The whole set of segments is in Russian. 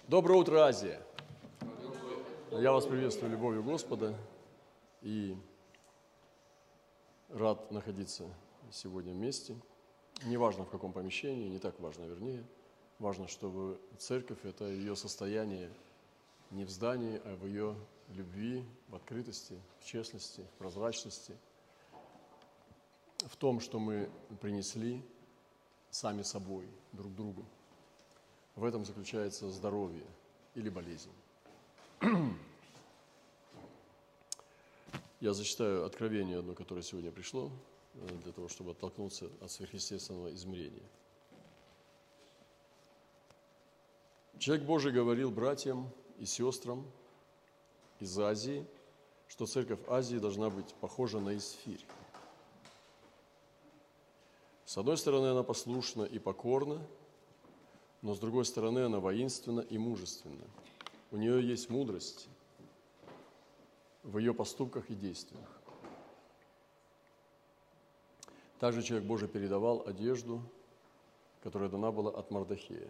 Доброе утро, Азия! Я вас приветствую любовью Господа и рад находиться сегодня вместе. Неважно, в каком помещении, не так важно, вернее. Важно, чтобы церковь – это ее состояние не в здании, а в ее любви, в открытости, в честности, в прозрачности, в том, что мы принесли сами собой, друг другу. В этом заключается здоровье или болезнь. Я зачитаю откровение одно, которое сегодня пришло, для того, чтобы оттолкнуться от сверхъестественного измерения. Человек Божий говорил братьям и сестрам из Азии, что церковь Азии должна быть похожа на Исфирь. С одной стороны, она послушна и покорна, но с другой стороны, она воинственна и мужественна. У нее есть мудрость в ее поступках и действиях. Также человек Божий передавал одежду, которая дана была от Мардохея.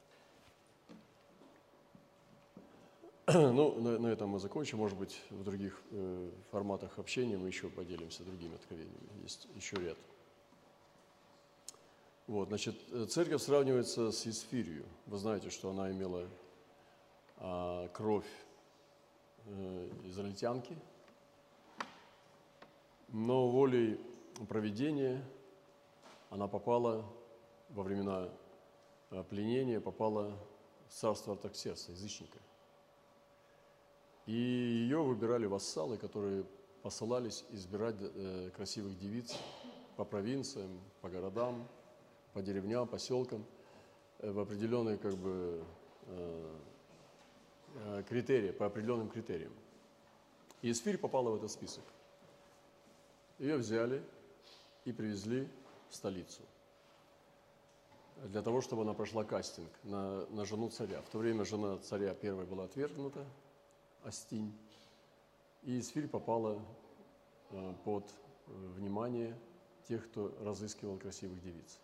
Ну, на этом мы закончим. Может быть, в других форматах общения мы еще поделимся другими откровениями. Есть еще ряд. Вот, значит, церковь сравнивается с Исфирью. Вы знаете, что она имела кровь израильтянки, но волей провидения она попала во времена пленения, попала в царство Артаксеркса, язычника. И ее выбирали вассалы, которые посылались избирать красивых девиц по провинциям, по городам, по деревням, поселкам, в определенные критерии, по определенным критериям. И Исфирь попала в этот список. Ее взяли и привезли в столицу для того, чтобы она прошла кастинг на жену царя. В то время жена царя первой была отвергнута, Астинь, и Исфирь попала под внимание тех, кто разыскивал красивых девиц.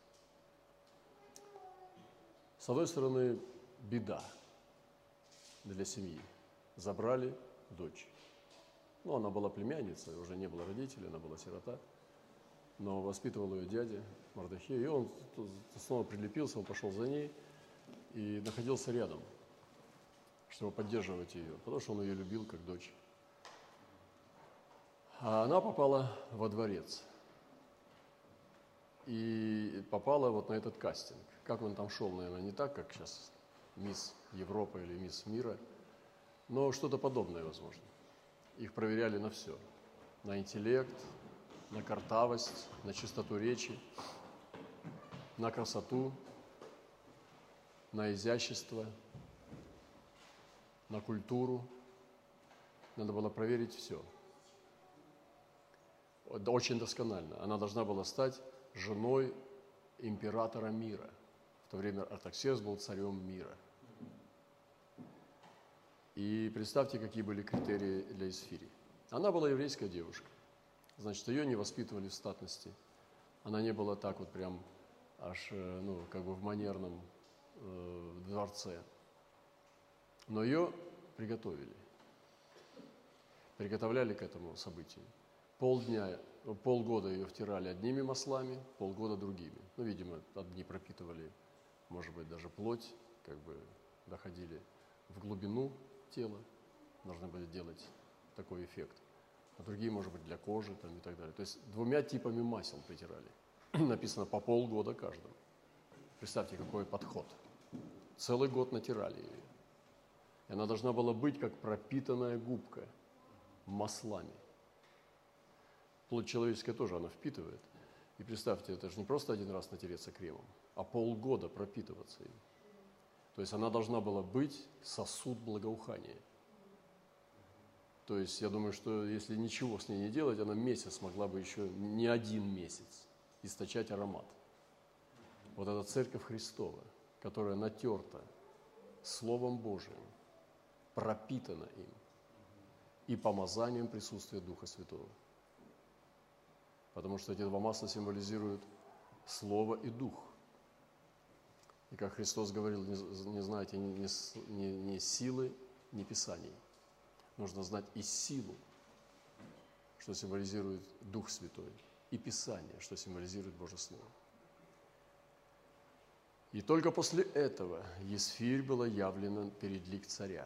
С одной стороны, беда для семьи. Забрали дочь. Ну, она была племянница, уже не было родителей, она была сирота. Но воспитывал ее дядя Мардохей. И он снова прилепился, он пошел за ней и находился рядом, чтобы поддерживать ее, потому что он ее любил как дочь. А она попала во дворец. И попала вот на этот кастинг. Как он там шел, наверное, не так, как сейчас мисс Европа или мисс Мира, но что-то подобное, возможно. Их проверяли на все. На интеллект, на картавость, на чистоту речи, на красоту, на изящество, на культуру. Надо было проверить все. Очень досконально. Она должна была стать женой императора мира. В то время Артаксеркс был царем мира. И представьте, какие были критерии для Исфири. Она была еврейская девушка. Значит, ее не воспитывали в статности. Она не была так вот прям аж, в манерном дворце. Но ее приготовили. Приготовляли к этому событию. Полгода ее втирали одними маслами, полгода другими. Ну, видимо, одни пропитывали, может быть, даже плоть, доходили в глубину тела, должны были делать такой эффект. А другие, может быть, для кожи и так далее. То есть 2 типами масел притирали. Написано по полгода каждому. Представьте, какой подход. Целый год натирали ее. И она должна была быть как пропитанная губка маслами. Плоть человеческая тоже она впитывает. И представьте, это же не просто один раз натереться кремом, а полгода пропитываться им. То есть она должна была быть сосуд благоухания. То есть я думаю, что если ничего с ней не делать, она месяц могла бы еще, не 1 месяц, источать аромат. Вот эта церковь Христова, которая натерта Словом Божиим, пропитана им и помазанием присутствия Духа Святого. Потому что эти 2 масла символизируют Слово и Дух. И как Христос говорил, не знаете ни силы, ни Писаний. Нужно знать и силу, что символизирует Дух Святой, и Писание, что символизирует Божье Слово. И только после этого Есфирь была явлена перед лик царя.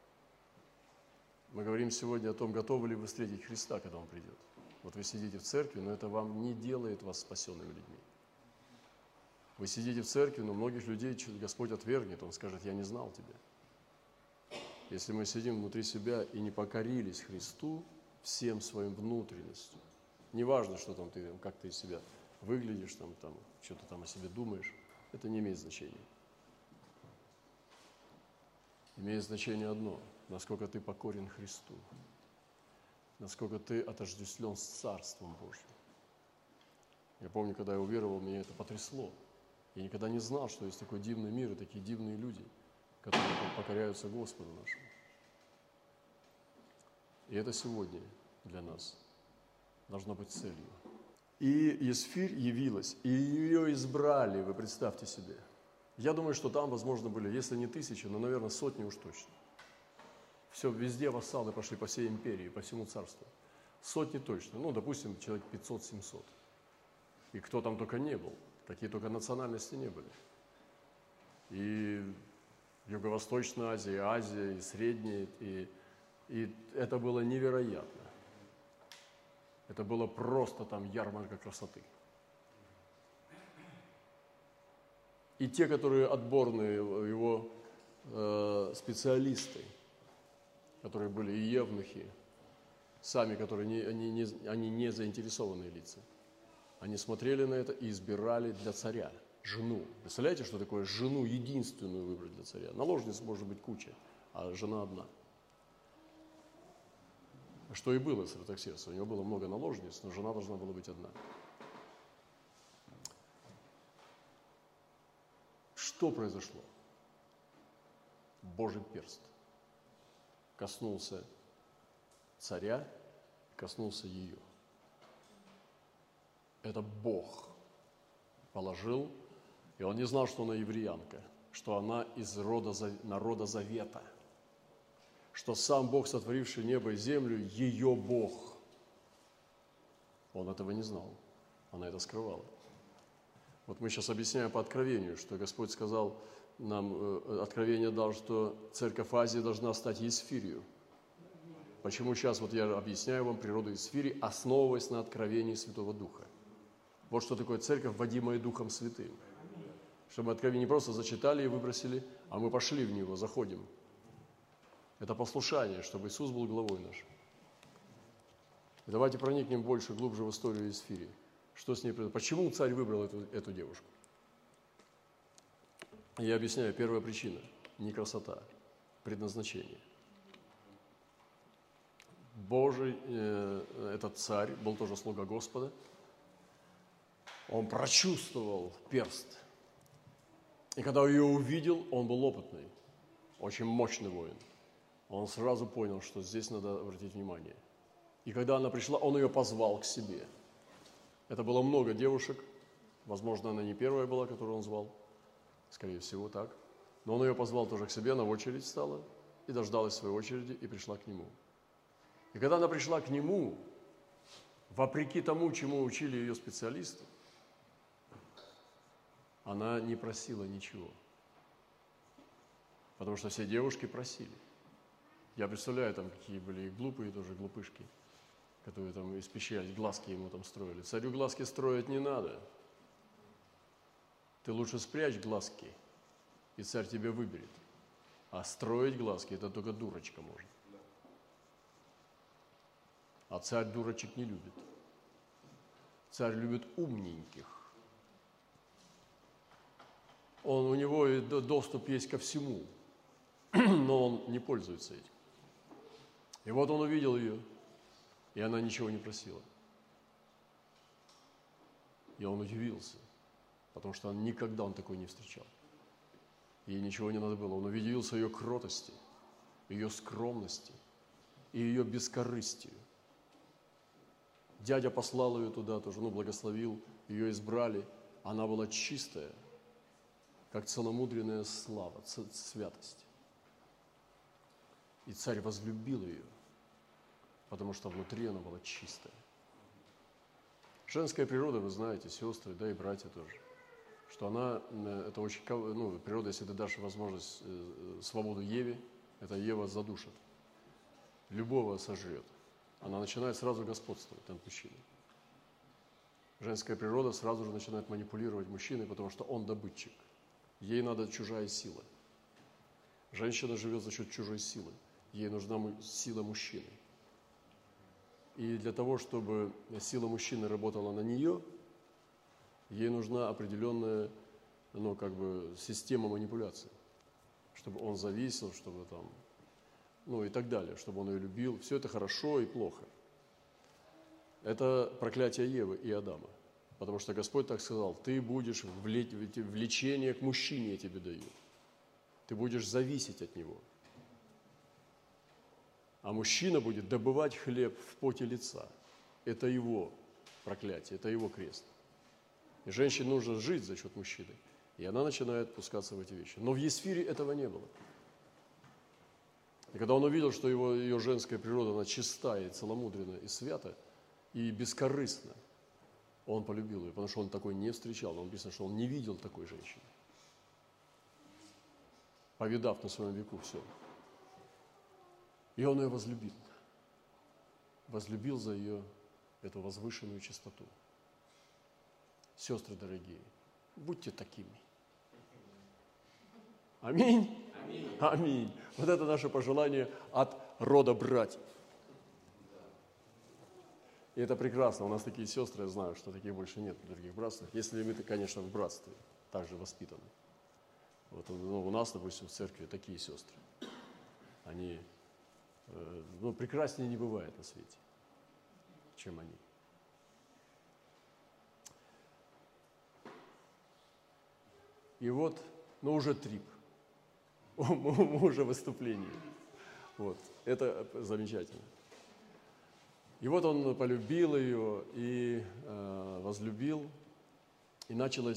Мы говорим сегодня о том, готовы ли вы встретить Христа, когда Он придет. Вот вы сидите в церкви, но это вам не делает вас спасенными людьми. Вы сидите в церкви, но многих людей Господь отвергнет, Он скажет: я не знал тебя. Если мы сидим внутри себя и не покорились Христу всем своим внутренностью, неважно, что там ты, как ты из себя выглядишь, там, что-то там о себе думаешь, это не имеет значения. Имеет значение одно: насколько ты покорен Христу, насколько ты отождествлен с Царством Божьим. Я помню, когда я уверовал, меня это потрясло. Я никогда не знал, что есть такой дивный мир и такие дивные люди, которые покоряются Господу нашему. И это сегодня для нас должно быть целью. И Есфирь явилась, и ее избрали, вы представьте себе. Я думаю, что там, возможно, были, если не тысячи, но, наверное, сотни уж точно. Все, везде вассалы пошли по всей империи, по всему царству. Сотни точно, ну, допустим, человек 500-700. И кто там только не был, какие только национальности не были. И Юго-Восточная Азия, и Азия, и Средняя, и это было невероятно. Это было просто там ярмарка красоты. И те, которые отборные его специалисты, которые были и евнухи, сами, которые они не заинтересованные лица, они смотрели на это и избирали для царя жену. Представляете, что такое жену единственную выбрать для царя? Наложниц может быть куча, а жена одна. Что и было с Артаксерксом. У него было много наложниц, но жена должна была быть одна. Что произошло? Божий перст коснулся царя, коснулся ее. Это Бог положил, и он не знал, что она евреянка, что она из народа завета, что сам Бог, сотворивший небо и землю, ее Бог. Он этого не знал, она это скрывала. Вот мы сейчас объясняем по откровению, что Господь сказал нам, откровение дал, что церковь Азии должна стать Есфирью. Почему сейчас вот я объясняю вам природу Есфирии, основываясь на откровении Святого Духа. Вот что такое церковь, водимая Духом Святым. Чтобы откровение не просто зачитали и выбросили, а мы пошли в него, заходим. Это послушание, чтобы Иисус был главой нашим. И давайте проникнем больше, глубже в историю Есфирии. Что с ней произошло? Почему царь выбрал эту девушку? Я объясняю, первая причина – не красота, предназначение. Божий, этот царь, был тоже слуга Господа, он прочувствовал перст. И когда ее увидел, он был опытный, очень мощный воин. Он сразу понял, что здесь надо обратить внимание. И когда она пришла, он ее позвал к себе. Это было много девушек. Возможно, она не первая была, которую он звал. Скорее всего, так. Но он ее позвал тоже к себе, она в очередь стала. И дождалась своей очереди, и пришла к нему. И когда она пришла к нему, вопреки тому, чему учили ее специалисты, она не просила ничего. Потому что все девушки просили. Я представляю, там какие были и глупые тоже глупышки, которые там испещрялись, глазки ему там строили. Царю глазки строить не надо. Ты лучше спрячь глазки, и царь тебя выберет. А строить глазки – это только дурочка может. А царь дурочек не любит. Царь любит умненьких. У него и доступ есть ко всему, но он не пользуется этим. И вот он увидел ее, и она ничего не просила. И он удивился, потому что никогда он такой не встречал. Ей ничего не надо было. Он удивился ее кротости, ее скромности и ее бескорыстию. Дядя послал ее туда тоже, благословил, ее избрали. Она была чистая, как целомудренная слава, святость. И царь возлюбил ее, потому что внутри она была чистая. Женская природа, вы знаете, сестры, да и братья тоже, что она, это очень, природа, если ты дашь возможность, свободу Еве, это Ева задушит, любого сожрет. Она начинает сразу господствовать над мужчиной. Женская природа сразу же начинает манипулировать мужчиной, потому что он добытчик. Ей надо чужая сила. Женщина живет за счет чужой силы. Ей нужна сила мужчины. И для того, чтобы сила мужчины работала на нее, ей нужна определенная, система манипуляций. Чтобы он зависел, чтобы и так далее, чтобы он ее любил. Все это хорошо и плохо. Это проклятие Евы и Адама. Потому что Господь так сказал: ты будешь влечение к мужчине, я тебе даю. Ты будешь зависеть от него. А мужчина будет добывать хлеб в поте лица. Это его проклятие, это его крест. И женщине нужно жить за счет мужчины. И она начинает пускаться в эти вещи. Но в Есфире этого не было. И когда он увидел, что ее женская природа, она чистая, целомудренна и свята, и бескорыстна, он полюбил ее, потому что он такой не встречал. Он написано, что он не видел такой женщины, повидав на своем веку все. И он ее возлюбил. Возлюбил за ее эту возвышенную чистоту. Сестры дорогие, будьте такими. Аминь. Аминь. Аминь. Вот это наше пожелание от рода братьев. И это прекрасно. У нас такие сестры, я знаю, что таких больше нет в других братствах. Если мы, конечно, в братстве также воспитаны. Вот, у нас, допустим, в церкви такие сестры. Они, прекраснее не бывает на свете, чем они. И вот, уже трип. Мы уже в выступлении. Вот, это замечательно. И вот он полюбил ее и возлюбил, и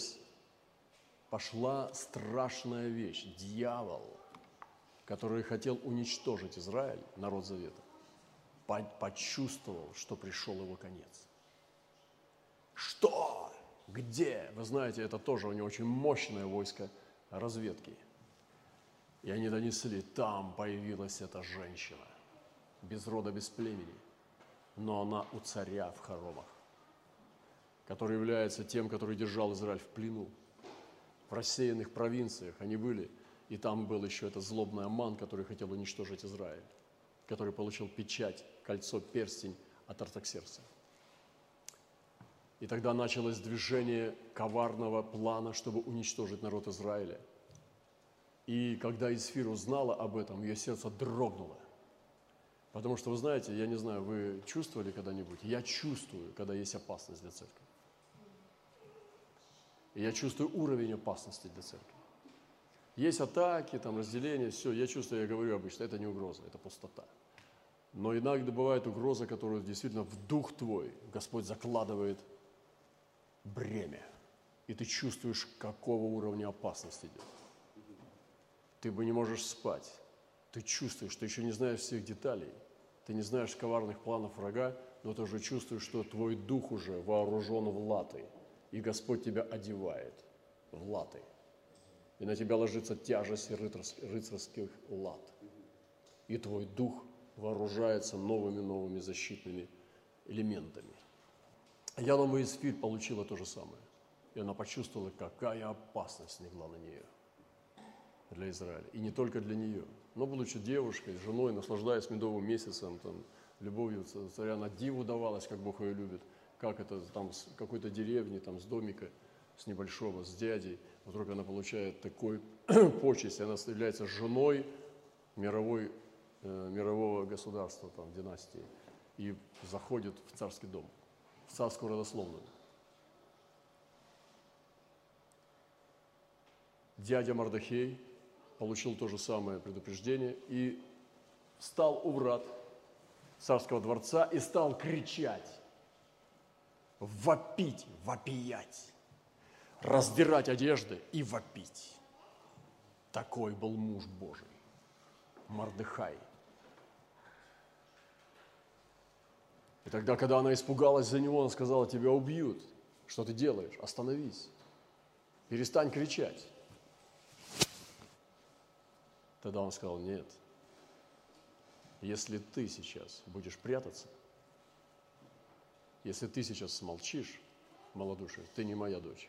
пошла страшная вещь. Дьявол, который хотел уничтожить Израиль, народ Завета, почувствовал, что пришел его конец. Что? Где? Вы знаете, это тоже у него очень мощное войско разведки. И они донесли, там появилась эта женщина, без рода, без племени, но она у царя в хоромах, который является тем, который держал Израиль в плену. В рассеянных провинциях они были, и там был еще этот злобный Аман, который хотел уничтожить Израиль, который получил печать, кольцо, перстень от Артаксеркса. И тогда началось движение коварного плана, чтобы уничтожить народ Израиля. И когда Есфир узнала об этом, ее сердце дрогнуло. Потому что, вы знаете, я не знаю, вы чувствовали когда-нибудь? Я чувствую, когда есть опасность для церкви. И я чувствую уровень опасности для церкви. Есть атаки, разделения, все, я чувствую, я говорю обычно, это не угроза, это пустота. Но иногда бывает угроза, которую действительно в дух твой Господь закладывает бремя. И ты чувствуешь, какого уровня опасность идет. Ты не можешь спать. Ты чувствуешь, что еще не знаешь всех деталей. Ты не знаешь коварных планов врага, но ты уже чувствуешь, что твой дух уже вооружен в латы. И Господь тебя одевает в латы. И на тебя ложится тяжесть рыцарских лат. И твой дух вооружается новыми защитными элементами. Я думаю, Есфир получила то же самое. И она почувствовала, какая опасность легла на нее для Израиля. И не только для нее. Но, будучи девушкой, женой, наслаждаясь медовым месяцем, любовью царя, она диву давалась, как Бог ее любит. Как это с какой-то деревни, с домика, с небольшого, с дядей. Вдруг она получает такой почесть, она является женой мирового государства, династии. И заходит в царский дом, в царскую родословную. Дядя Мардохей получил то же самое предупреждение и встал у врат царского дворца и стал кричать, вопить, вопиять, раздирать одежды и вопить. Такой был муж Божий, Мордехай. И тогда, когда она испугалась за него, он сказал: тебя убьют. Что ты делаешь? Остановись. Перестань кричать. Тогда он сказал: нет. Если ты сейчас будешь прятаться, если ты сейчас смолчишь, малодушие, ты не моя дочь.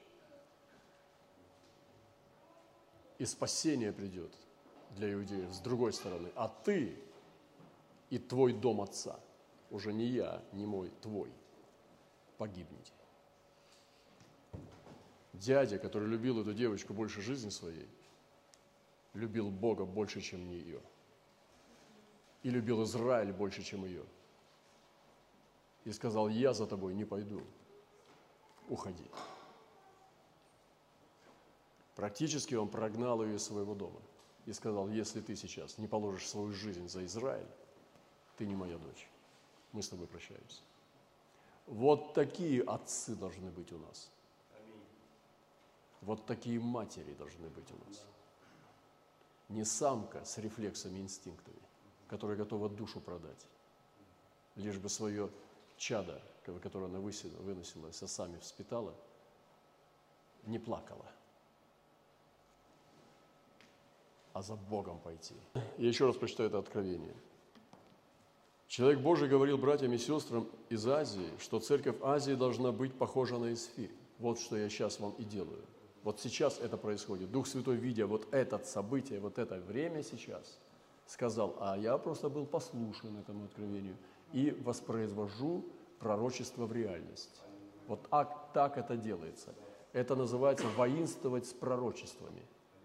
И спасение придет для иудеев с другой стороны. А ты и твой дом отца, уже не я, не мой, твой, погибнете. Дядя, который любил эту девочку больше жизни своей, любил Бога больше, чем ее. И любил Израиль больше, чем ее. И сказал: я за тобой не пойду, уходи. Практически он прогнал ее из своего дома и сказал: если ты сейчас не положишь свою жизнь за Израиль, ты не моя дочь. Мы с тобой прощаемся. Вот такие отцы должны быть у нас. Вот такие матери должны быть у нас. Не самка с рефлексами и инстинктами, которая готова душу продать, лишь бы свое чадо, которое она выносила, сосами вспитала, не плакала, а за Богом пойти. Я еще раз прочитаю это откровение. Человек Божий говорил братьям и сестрам из Азии, что церковь Азии должна быть похожа на Исфирь. Вот что я сейчас вам и делаю. Вот сейчас это происходит. Дух Святой, видя вот это событие, вот это время сейчас, сказал: а я просто был послушен этому откровению и воспроизвожу пророчество в реальность. Вот так это делается. Это называется воинствовать с пророчествами.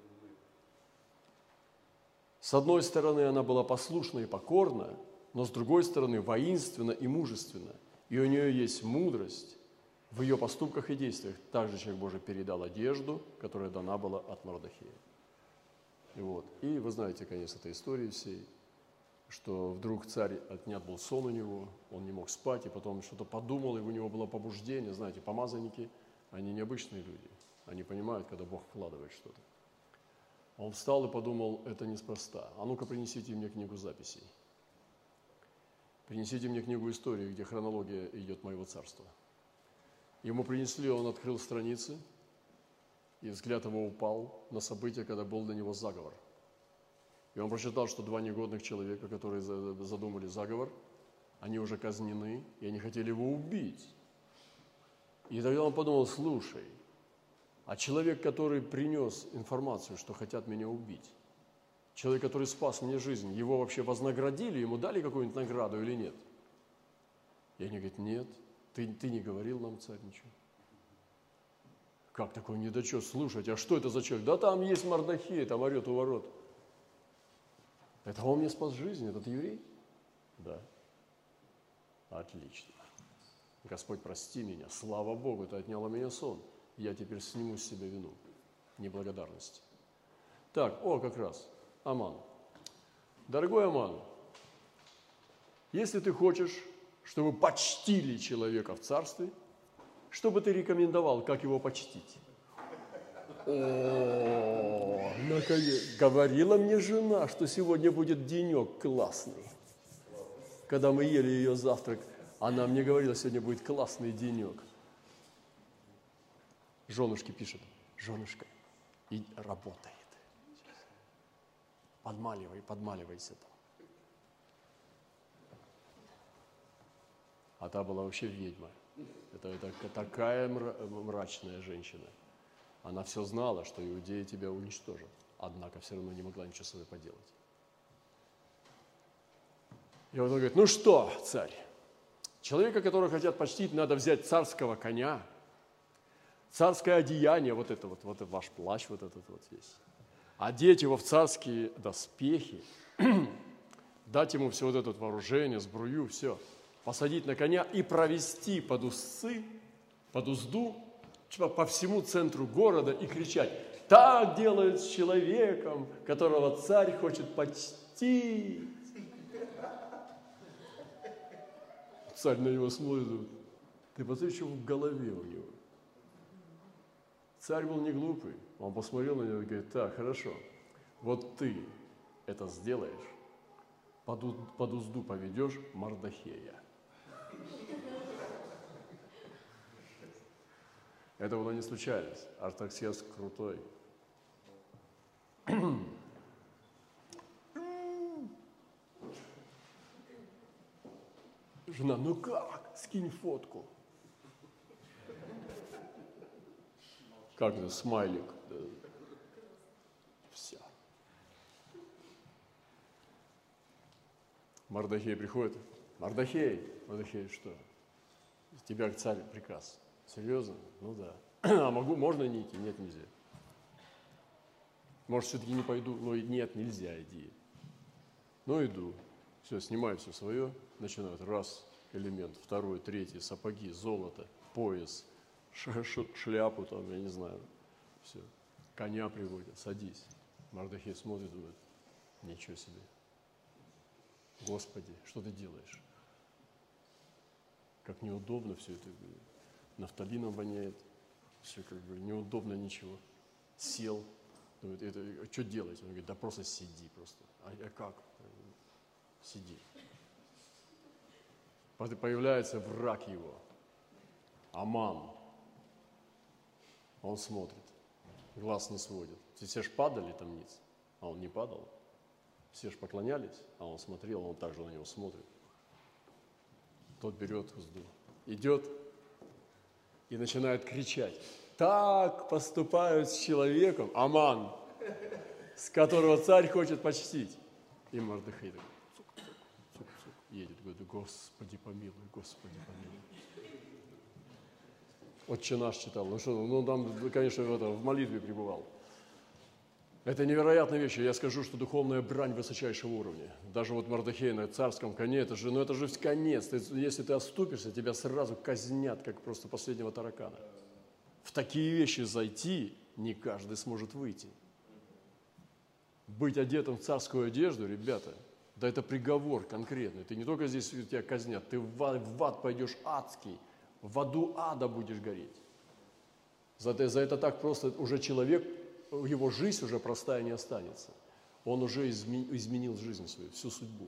С одной стороны, она была послушна и покорна, но с другой стороны, воинственна и мужественна. И у нее есть мудрость в ее поступках и действиях. Также человек Божий передал одежду, которая дана была от Мордехея. И вы знаете конец этой истории всей, что вдруг царь, отнят был сон у него, он не мог спать, и потом что-то подумал, и у него было побуждение. Знаете, помазанники, они необычные люди, они понимают, когда Бог вкладывает что-то. Он встал и подумал: это неспроста. А ну-ка, принесите мне книгу записей. Принесите мне книгу истории, где хронология идет моего царства. Ему принесли, он открыл страницы, и взгляд его упал на события, когда был для него заговор. И он прочитал, что 2 негодных человека, которые задумали заговор, они уже казнены, и они хотели его убить. И тогда он подумал: слушай, а человек, который принес информацию, что хотят меня убить, человек, который спас мне жизнь, его вообще вознаградили, ему дали какую-нибудь награду или нет? И они говорят: нет, ты не говорил нам, царь, ничего. Как такой недочет? Слушайте, а что это за человек? Да там есть Мордехей, там орет у ворот. Это он мне спас жизнь, этот еврей? Да. Отлично. Господь, прости меня, слава Богу, ты отнял у меня сон. Я теперь сниму с себя вину, неблагодарность. Так, как раз, Аман. Дорогой Аман, если ты хочешь, чтобы почтили человека в царстве, что бы ты рекомендовал, как его почтить? Наконец. Говорила мне жена, что сегодня будет денек классный. Когда мы ели ее завтрак, она мне говорила: сегодня будет классный денек. Женушке пишет: женушка, и работает. Подмаливайся там. А та была вообще ведьма. Это такая мрачная женщина. Она все знала, что иудеи тебя уничтожат, однако все равно не могла ничего с собой поделать. И он говорит: ну что, царь, человека, которого хотят почтить, надо взять царского коня, царское одеяние, вот это ваш плащ, вот этот вот весь, одеть его в царские доспехи, дать ему все вот это вооружение, сбрую, все, посадить на коня и провести под узду по всему центру города и кричать: так делают с человеком, которого царь хочет почтить. Царь на него смотрит: ты посмотри, что в голове у него. Царь был не глупый, он посмотрел на него и говорит: так, хорошо, Вот ты это сделаешь, под узду поведешь Мардохея. Это было не случайность. Артаксеркс крутой. Жена, ну как? Скинь фотку. Как это, смайлик? Вся. Мардохей приходит. Мардохей, что? С тебя царь приказ. Серьезно? Ну да. А можно не идти? Нет, нельзя. Может, все-таки не пойду? Ну нет, нельзя, иди. Ну иду. Все, снимаю все свое. Начинают. Раз, элемент. Второй, третий, сапоги, золото, пояс, шляпу там, я не знаю. Все. Коня приводят. Садись. Мардохей смотрит, думает, ничего себе. Господи, что ты делаешь? Как неудобно все это. Нафталином воняет. Все как бы неудобно ничего. Сел. Думает, что делать? Он говорит, да просто сиди просто. А как? Сиди. Появляется враг его. Аман. Он смотрит. Глаз не сводит. Все ж падали там ниц, а он не падал. Все ж поклонялись, а он смотрел, он также на него смотрит. Тот берет узду, идет и начинает кричать. Так поступают с человеком, Аман, с которого царь хочет почтить. И Мардохей такой, цук, едет, говорит, Господи помилуй, Господи помилуй. Отче наш читал, там, конечно, в молитве пребывал. Это невероятная вещь. Я скажу, что духовная брань высочайшего уровня. Даже вот Мардохей на царском коне, это же конец. Если ты оступишься, тебя сразу казнят, как просто последнего таракана. В такие вещи зайти не каждый сможет выйти. Быть одетым в царскую одежду, ребята, да это приговор конкретный. Ты не только здесь тебя казнят, ты в ад пойдешь адский, в аду ада будешь гореть. За это так просто уже человек, его жизнь уже простая не останется. Он уже изменил жизнь свою, всю судьбу.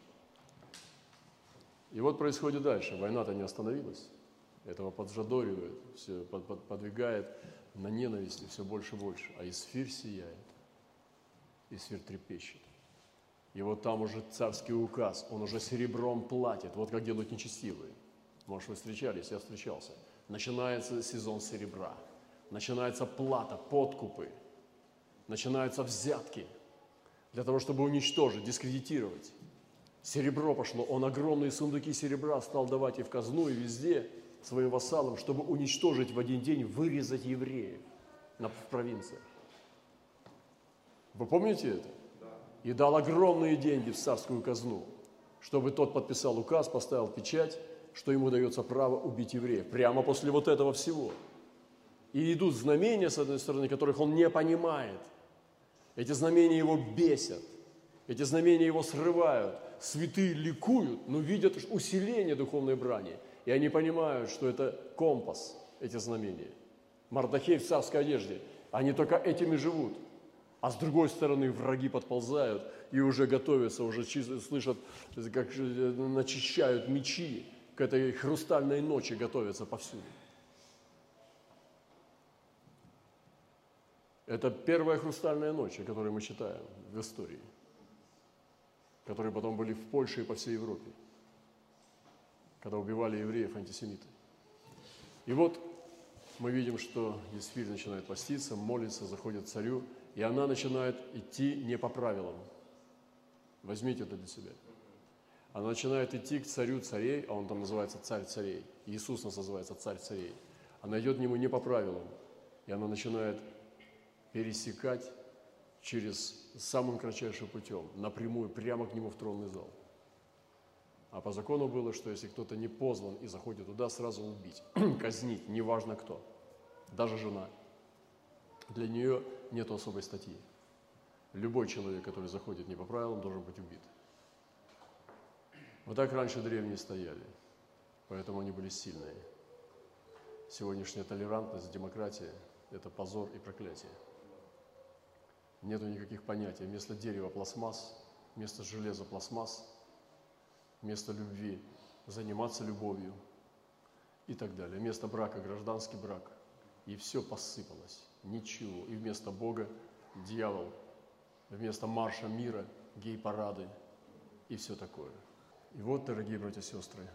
И вот происходит дальше. Война-то не остановилась. Этого поджадоривает, все подвигает на ненависти все больше и больше. А Исфирь сияет, Исфирь трепещет. И вот там уже царский указ, он уже серебром платит. Вот как делают нечестивые. Может, вы встречались, я встречался. Начинается сезон серебра. Начинается плата, подкупы. Начинаются взятки. Для того, чтобы уничтожить, дискредитировать. Серебро пошло. Он огромные сундуки серебра стал давать и в казну, и везде своим вассалам, чтобы уничтожить в один день, вырезать евреев в провинциях. Вы помните это? И дал огромные деньги в царскую казну, чтобы тот подписал указ, поставил печать, что ему дается право убить евреев. Прямо после вот этого всего. И идут знамения, с одной стороны, которых он не понимает. Эти знамения его бесят. Эти знамения его срывают. Святые ликуют, но видят усиление духовной брани. И они понимают, что это компас, эти знамения. Мардохей в царской одежде. Они только этими живут. А с другой стороны враги подползают и уже готовятся, уже слышат, как начищают мечи, к этой хрустальной ночи готовятся повсюду. Это первая хрустальная ночь, о которой мы читаем в истории, которые потом были в Польше и по всей Европе, когда убивали евреев антисемиты. И вот мы видим, что Исфирь начинает поститься, молится, заходит к царю, и она начинает идти не по правилам. Возьмите это для себя. Она начинает идти к царю царей, а он там называется царь царей. Иисус нас называется царь царей. Она идет к нему не по правилам, и она начинает пересекать через самым кратчайшим путем, напрямую, прямо к нему в тронный зал. А по закону было, что если кто-то не позван и заходит туда, сразу убить, казнить, неважно кто, даже жена. Для нее нет особой статьи. Любой человек, который заходит не по правилам, должен быть убит. Вот так раньше древние стояли, поэтому они были сильные. Сегодняшняя толерантность, демократия – это позор и проклятие. Нету никаких понятий. Вместо дерева пластмасс, вместо железа пластмасс, вместо любви заниматься любовью и так далее. Вместо брака гражданский брак. И все посыпалось. Ничего. И вместо Бога дьявол. Вместо марша мира гей-парады и все такое. И вот, дорогие братья и сестры,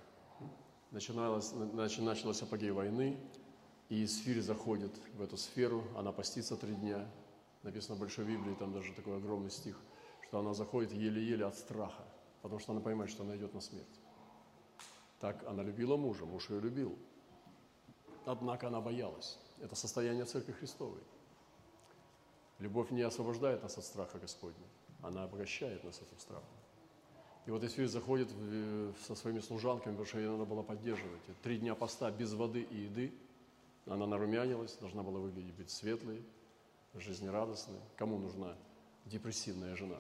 началась апогей войны, и Исфирь заходит в эту сферу, она постится 3 дня. Написано в Большой Библии, там даже такой огромный стих, что она заходит еле-еле от страха, потому что она понимает, что она идет на смерть. Так она любила мужа, муж ее любил. Однако она боялась. Это состояние Церкви Христовой. Любовь не освобождает нас от страха Господня, она обогащает нас этим страхом. И вот Исфирь заходит со своими служанками, потому что ей надо было поддерживать. 3 дня поста без воды и еды. Она нарумянилась, должна была выглядеть, быть светлой, жизнерадостной. Кому нужна депрессивная жена?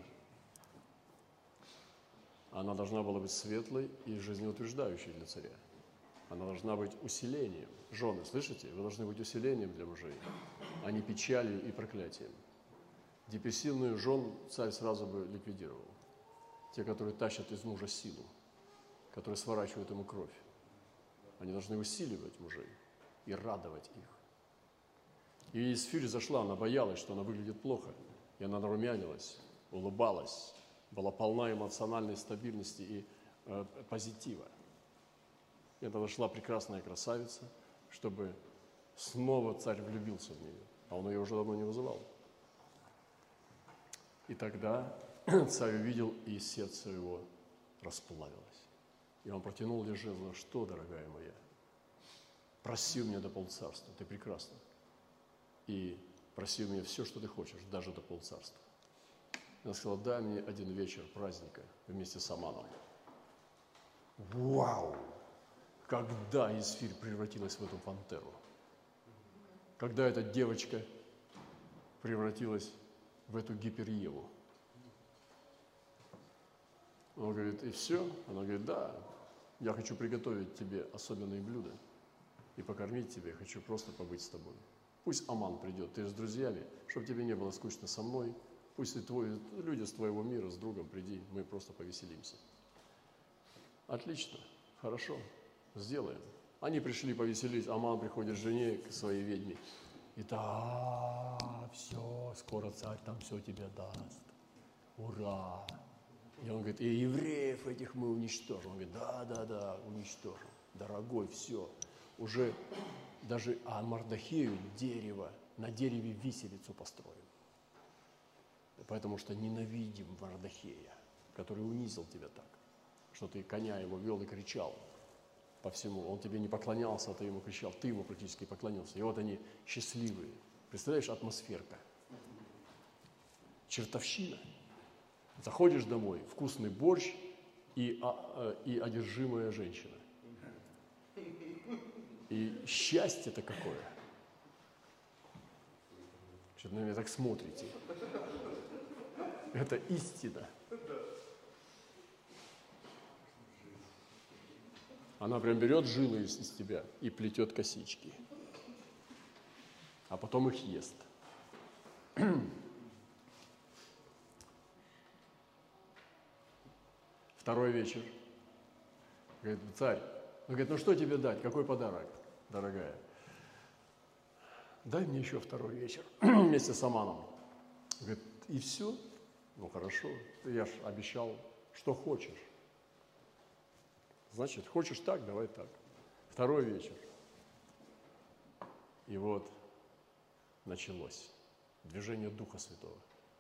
Она должна была быть светлой и жизнеутверждающей для царя. Она должна быть усилением. Жены, слышите? Вы должны быть усилением для мужей, а не печалью и проклятием. Депрессивную жен царь сразу бы ликвидировал. Те, которые тащат из мужа силу, которые сворачивают ему кровь. Они должны усиливать мужей и радовать их. И Исфирь зашла, она боялась, что она выглядит плохо. И она нарумянилась, улыбалась, была полна эмоциональной стабильности и позитива. И это зашла прекрасная красавица, чтобы снова царь влюбился в нее. А он ее уже давно не вызывал. И тогда царь увидел, и сердце его расплавилось. И он протянул ей жезл: что, дорогая моя, проси у меня до полцарства, ты прекрасна. И проси у меня все, что ты хочешь, даже до полцарства. Она сказала: дай мне 1 вечер праздника вместе с Аманом. Вау! Когда Исфирь превратилась в эту пантеру? Когда эта девочка превратилась в эту гипереву? Он говорит: и все? Она говорит: да, я хочу приготовить тебе особенные блюда и покормить тебя, я хочу просто побыть с тобой. Пусть Аман придет, ты с друзьями, чтобы тебе не было скучно со мной. Пусть и люди с твоего мира, с другом приди, мы просто повеселимся. Отлично, хорошо, сделаем. Они пришли повеселить, Аман приходит к жене, к своей ведьме. И все, скоро царь там все тебе даст. Ура! И он говорит: и евреев этих мы уничтожим. Он говорит: да, уничтожим. Дорогой, все. Уже даже Мардохею дерево, на дереве виселицу построим. Потому что ненавидим Мардохея, который унизил тебя так, что ты коня его вел и кричал по всему. Он тебе не поклонялся, а ты ему кричал, ты ему практически поклонился. И вот они счастливые. Представляешь, атмосферка. Чертовщина. Заходишь домой, вкусный борщ и одержимая женщина. И счастье-то какое. Что-то на меня так смотрите. Это истина. Она прям берет жилы из тебя и плетет косички. А потом их ест. Второй вечер. Говорит: царь. Он говорит: ну что тебе дать? Какой подарок, дорогая? Дай мне еще 2-й вечер вместе с Аманом. Говорит: и все? Ну хорошо, я ж обещал, что хочешь. Значит, хочешь так, давай так. 2-й вечер. И вот началось движение Духа Святого.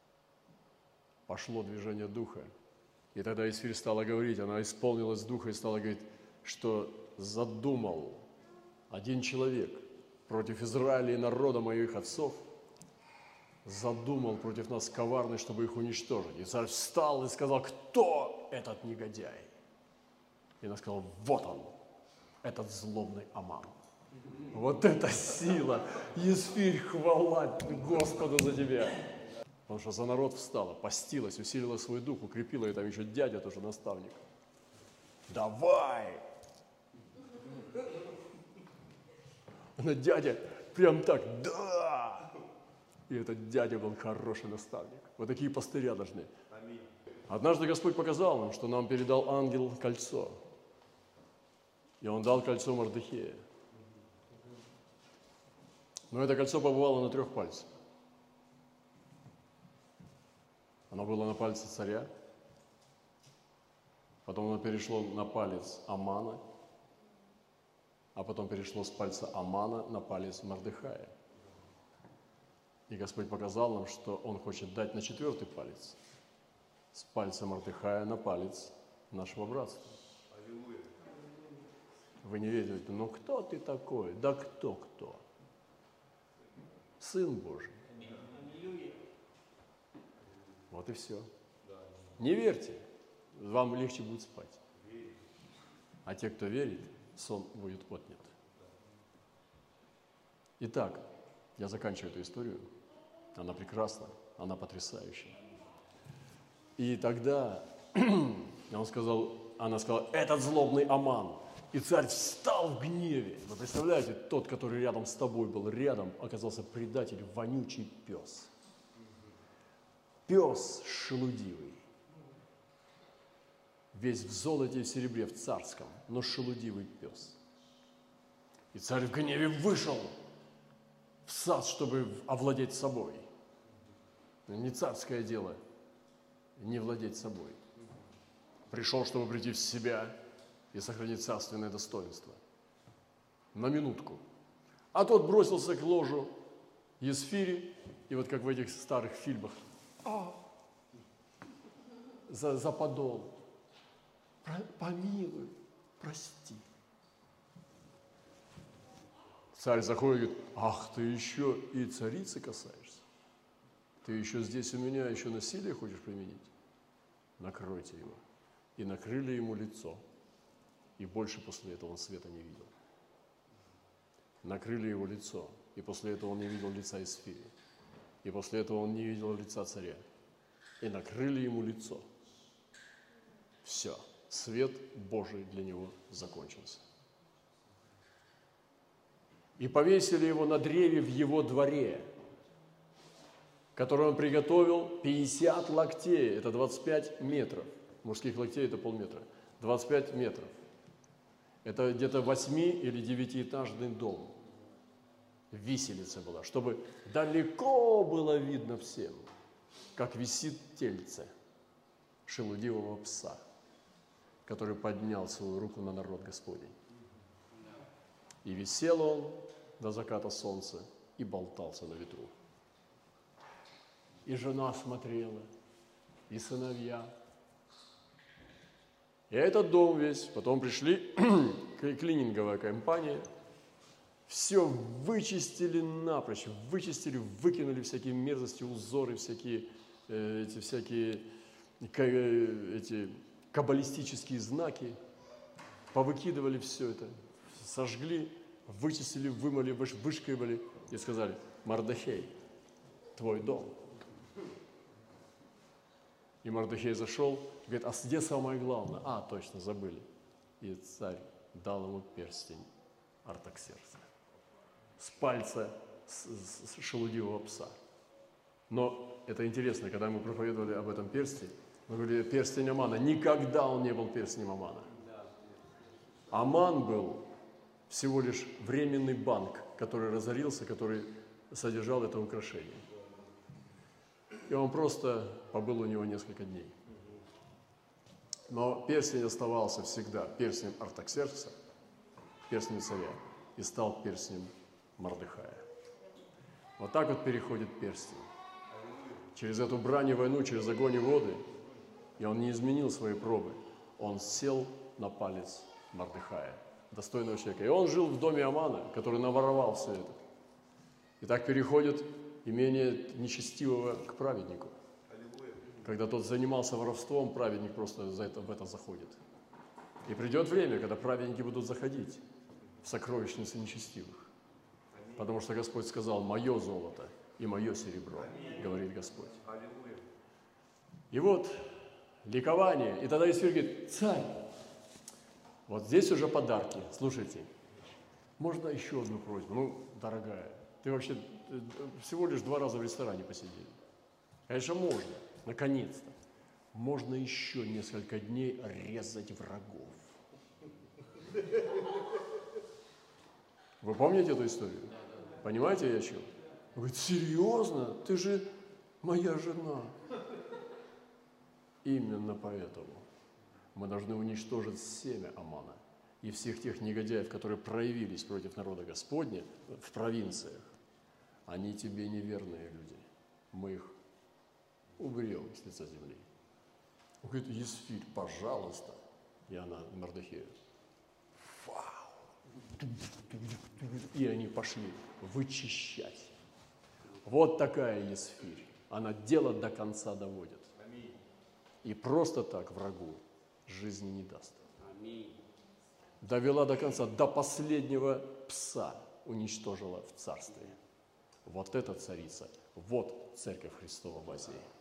Пошло движение Духа. И тогда Исфирь стала говорить, она исполнилась Духа и стала говорить, что задумал один человек против Израиля и народа моих отцов, задумал против нас коварный, чтобы их уничтожить. И царь встал и сказал: кто этот негодяй? И она сказала: вот он, этот злобный Аман. Вот это сила! Исфирь, хвала Господу за тебя! Потому что за народ встала, постилась, усилила свой дух, укрепила, и там еще дядя тоже наставник. Давай! На дядя прям так: да! И этот дядя был хороший наставник. Вот такие пастыря должны. Однажды Господь показал нам, что нам передал ангел кольцо. И он дал кольцо Мордехея. Но это кольцо побывало на 3 пальцах. Оно было на пальце царя, потом оно перешло на палец Амана, а потом перешло с пальца Амана на палец Мордехая. И Господь показал нам, что Он хочет дать на 4-й палец, с пальца Мордехая на палец нашего братства. Вы не верите, ну кто ты такой? Да кто? Сын Божий. Вот и все. Не верьте, вам легче будет спать. А те, кто верит, сон будет отнят. Итак, я заканчиваю эту историю. Она прекрасна, она потрясающая. И тогда она сказала, этот злобный Аман. И царь встал в гневе. Вы представляете, тот, который рядом с тобой был, рядом оказался предатель, вонючий пес. Пес шелудивый. Весь в золоте и серебре, в царском, но шелудивый пес. И царь в гневе вышел в сад, чтобы овладеть собой. Не царское дело не владеть собой. Пришел, чтобы прийти в себя и сохранить царственное достоинство. На минутку. А тот бросился к ложу Есфири, и вот как в этих старых фильмах, за подол. Помилуй, прости. Царь заходит и говорит, ах, ты еще и царицы касаешься? Ты еще здесь у меня еще насилие хочешь применить? Накройте его. И накрыли ему лицо. И больше после этого он света не видел. Накрыли его лицо. И после этого он не видел лица Есфири. И после этого он не видел лица царя. И накрыли ему лицо. Все. Свет Божий для него закончился. И повесили его на древе в его дворе, который он приготовил 50 локтей, это 25 метров. Мужских локтей это полметра. 25 метров. Это где-то 8- или 9-этажный дом. Виселица была, чтобы далеко было видно всем, как висит тельце шелудивого пса, который поднял свою руку на народ Господень. И висел он до заката солнца и болтался на ветру. И жена смотрела, и сыновья. И этот дом весь, потом пришли клининговая компания, все вычистили напрочь, выкинули всякие мерзости, узоры, всякие каббалистические знаки, повыкидывали все это, сожгли, вычистили, вымыли, вышкивали и сказали, Мордехей, твой дом. И Мордехей зашел, говорит, а где самое главное? А, точно, забыли. И царь дал ему перстень Артаксеркса с пальца с шелудивого пса. Но это интересно, когда мы проповедовали об этом перстне, мы говорили, перстень Амана. Никогда он не был перстнем Амана. Аман был всего лишь временный банк, который разорился, который содержал это украшение. И он просто побыл у него несколько дней. Но перстень оставался всегда перстнем Артаксеркса, перстнем царя, и стал перстнем Мордехая. Вот так вот переходит перстень. Через эту брань и войну, через огонь и воды, и он не изменил свои пробы. Он сел на палец Мордехая, достойного человека. И он жил в доме Амана, который наворовал все это. И так переходит имение нечестивого к праведнику. Когда тот занимался воровством, праведник просто в это заходит. И придет время, когда праведники будут заходить в сокровищницы нечестивых. Потому что Господь сказал, мое золото и мое серебро, говорит Господь. И вот ликование. И тогда Есфирь говорит, царь, вот здесь уже подарки. Слушайте, можно еще одну просьбу? Ну, дорогая, ты вообще всего лишь 2 раза в ресторане посидели. Конечно, можно, наконец-то. Можно еще несколько дней резать врагов. Вы помните эту историю? Понимаете, я о чем? Он говорит, серьезно? Ты же моя жена. Именно поэтому мы должны уничтожить семя Амана и всех тех негодяев, которые проявились против народа Господня в провинциях. Они тебе неверные люди. Мы их уберем с лица земли. Он говорит, Есфирь, пожалуйста. И она Мордехею. Вау! И они пошли вычищать. Вот такая Есфирь. Она дело до конца доводит. И просто так врагу жизни не даст. Довела до конца, до последнего пса уничтожила в царстве. Вот эта царица, вот Церковь Христова в Азии.